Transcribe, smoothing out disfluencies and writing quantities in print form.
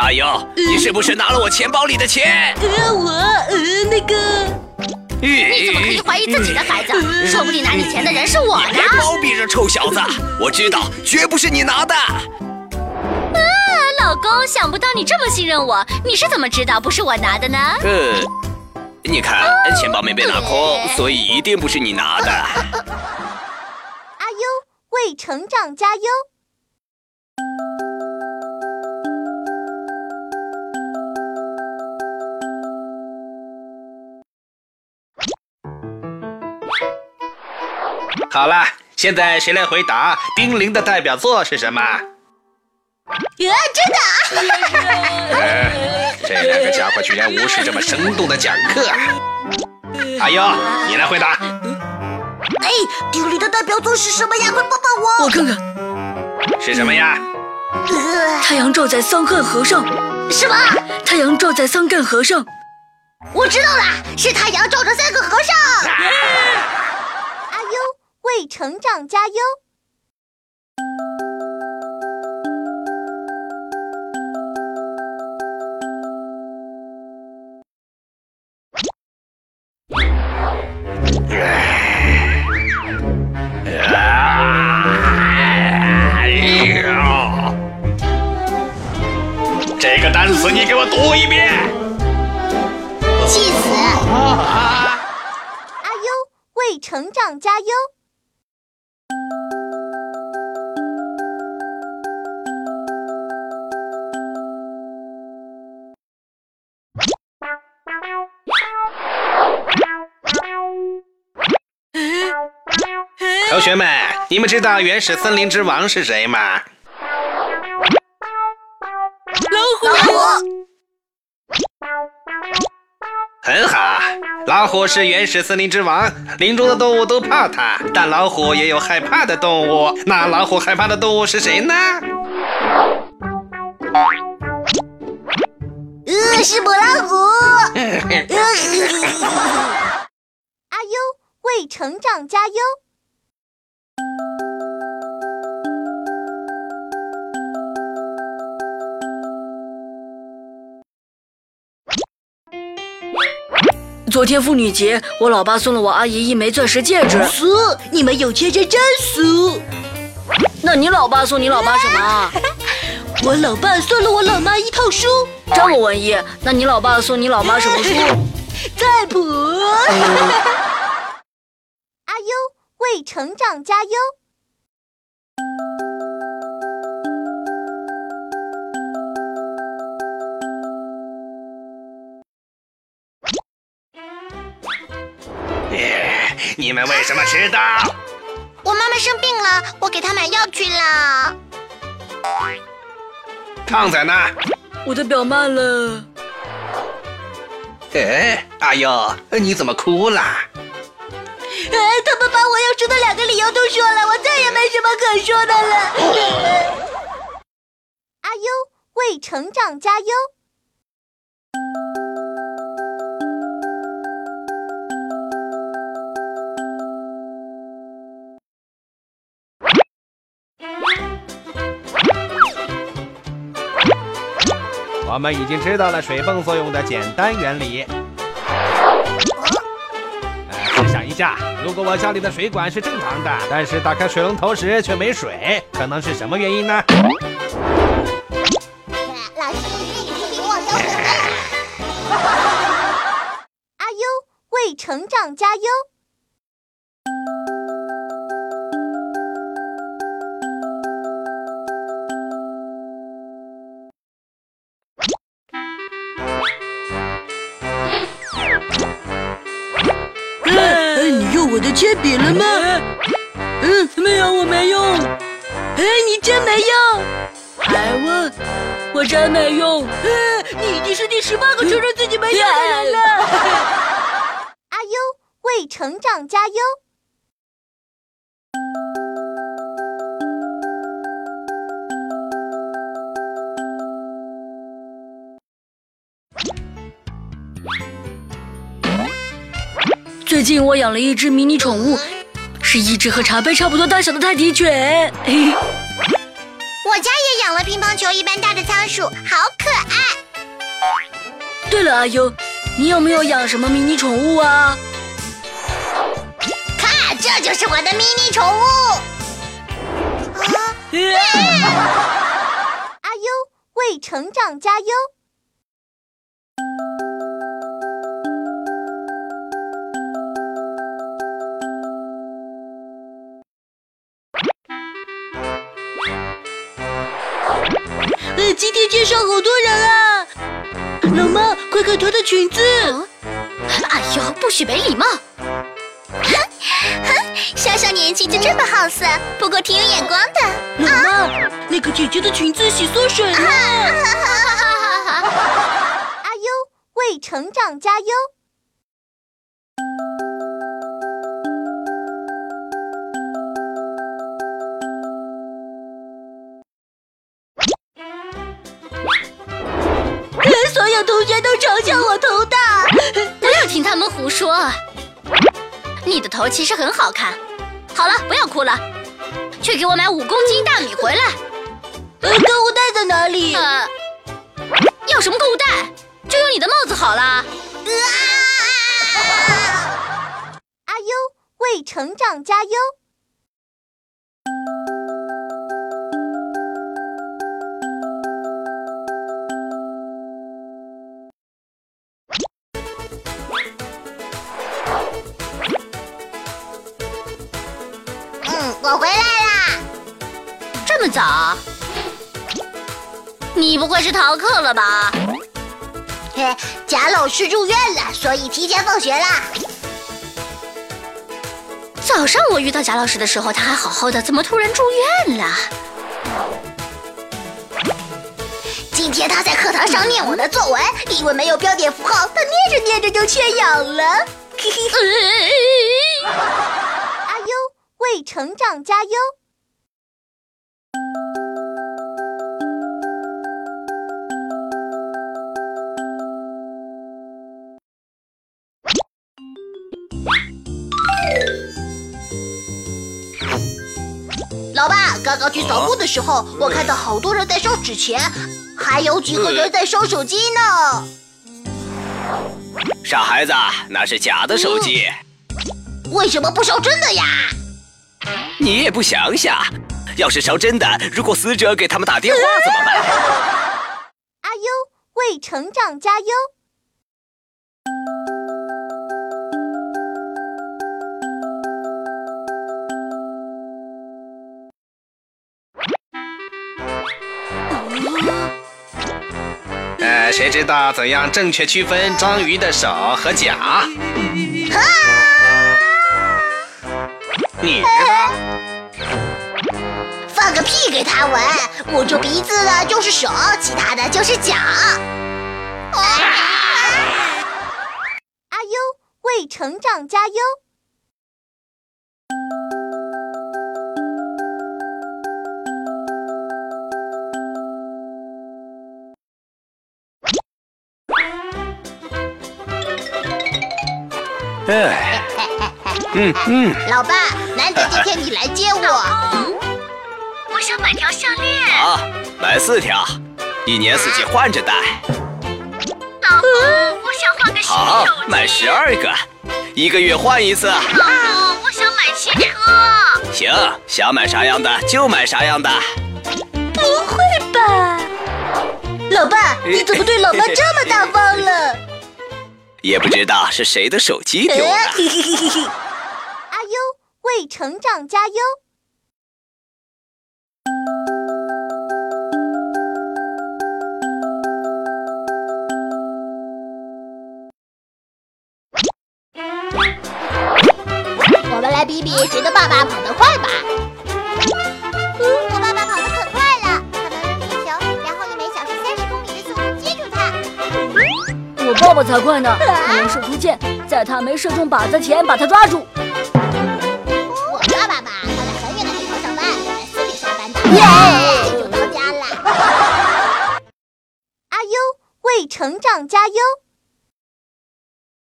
阿优，你是不是拿了我钱包里的钱？ 那个…… 你怎么可以怀疑自己的孩子？说不定拿你钱的人是我呢！ 你别包庇着臭小子！我知道，绝不是你拿的。 老公，想不到你这么信任我，你是怎么知道不是我拿的呢？ 你看，钱包没被拿空，所以一定不是你拿的。 阿优为成长加油！ 好了，现在谁来回答丁玲的代表作是什么？ 真的？ 这两个家伙居然无视这么生动的讲课。阿优，你来回答。 丁玲的代表作是什么呀？快帮帮我！ 我看看， 是什么呀？ 太阳照在桑干河上。 什么？ 太阳照在桑干河上。 我知道了，是太阳照着3个和尚。 阿优为成长加油！ 这个单词你给我读一遍。 气死！ 阿优为成长加油！ 同学们，你们知道原始森林之王是谁吗？ 老虎。 很好，老虎是原始森林之王，林中的动物都怕它，但老虎也有害怕的动物。那老虎害怕的动物是谁呢？ 是母老虎。 阿优为成长加油！ 昨天妇女节，我老爸送了我阿姨一枚钻石戒指。 俗，你们有钱人真俗。 那你老爸送你老妈什么？ 我老爸送了我老妈一套书。 这么文艺，那你老爸送你老妈什么书？ 菜谱。 阿优为成长加油！ 你们为什么迟到？ 我妈妈生病了，我给她买药去了。 胖仔呢？ 我的表慢了。 阿优，你怎么哭了？ 他们把我要说的2个理由都说了，我再也没什么可说的了。 阿优为成长加油！ 我们已经知道了水泵作用的简单原理。试想一下，如果我家里的水管是正常的，但是打开水龙头时却没水，可能是什么原因呢？ 老师，我都明白了。 阿优为成长加油！ 你用我的铅笔了吗？ 没有，我没用。 你真没用。 还问？我真没用。 你已经是第18个承认自己没用的人了。 阿优为成长加油！ 最近我养了一只迷你宠物，是一只和茶杯差不多大小的泰迪犬。 我我家也养了乒乓球一般大的仓鼠，好可爱。 对了，阿优，你有没有养什么迷你宠物啊？ 看，这就是我的迷你宠物。阿优为成长加油。 今天街上好多人啊！老妈，快看她的裙子！ 哎呦，不许没礼貌！ 小小年纪就这么好色，不过挺有眼光的。 老妈，那个姐姐的裙子洗缩水了。 阿优为成长加油。 所有同学都嘲笑我头大。 不要听他们胡说。你的头其实很好看。好了，不要哭了，去给我买5公斤大米回来。 购物袋在哪里？ 要什么购物袋？就用你的帽子好了。 阿优为成长加油。我回来啦！ 这么早？你不会是逃课了吧？ 贾老师住院了，所以提前放学啦。 早上我遇到贾老师的时候，他还好好的，怎么突然住院了？ 今天他在课堂上念我的作文，因为没有标点符号，他念着念着就缺氧了。阿优为成长加油。老爸，刚刚去扫墓的时候，我看到好多人在烧纸钱，还有几个人在烧手机呢。 傻孩子，那是假的手机。 为什么不烧真的呀？ 你也不想想，要是烧真的，如果死者给他们打电话怎么办？ 阿优为成长加油。 谁知道怎样正确区分章鱼的手和脚？你放个屁给他闻，捂住鼻子的就是手，其他的就是脚。阿优为成长加油。老爸，难得今天你来接我。 我想买条项链。 好，买4条，1年4季换着戴。 老公，我想换个新好手机。 买12个，1个月换1次。 老公，我想买汽车。 行，想买啥样的就买啥样的。 不会吧？老爸，你怎么对老妈这么大方了？ 也不知道是谁的手机丢了。 阿优为成长加油。我们来比比谁的爸爸跑得快吧。我爸爸跑得可快了，他能扔这个球，然后以每小时30公里的速度接住它。 我爸爸才快呢，他能射出箭，在他没射中靶子前把他抓住。 我爸爸吧，他在很远的地方上班，在4点下班的，就到家了。阿优为成长加油。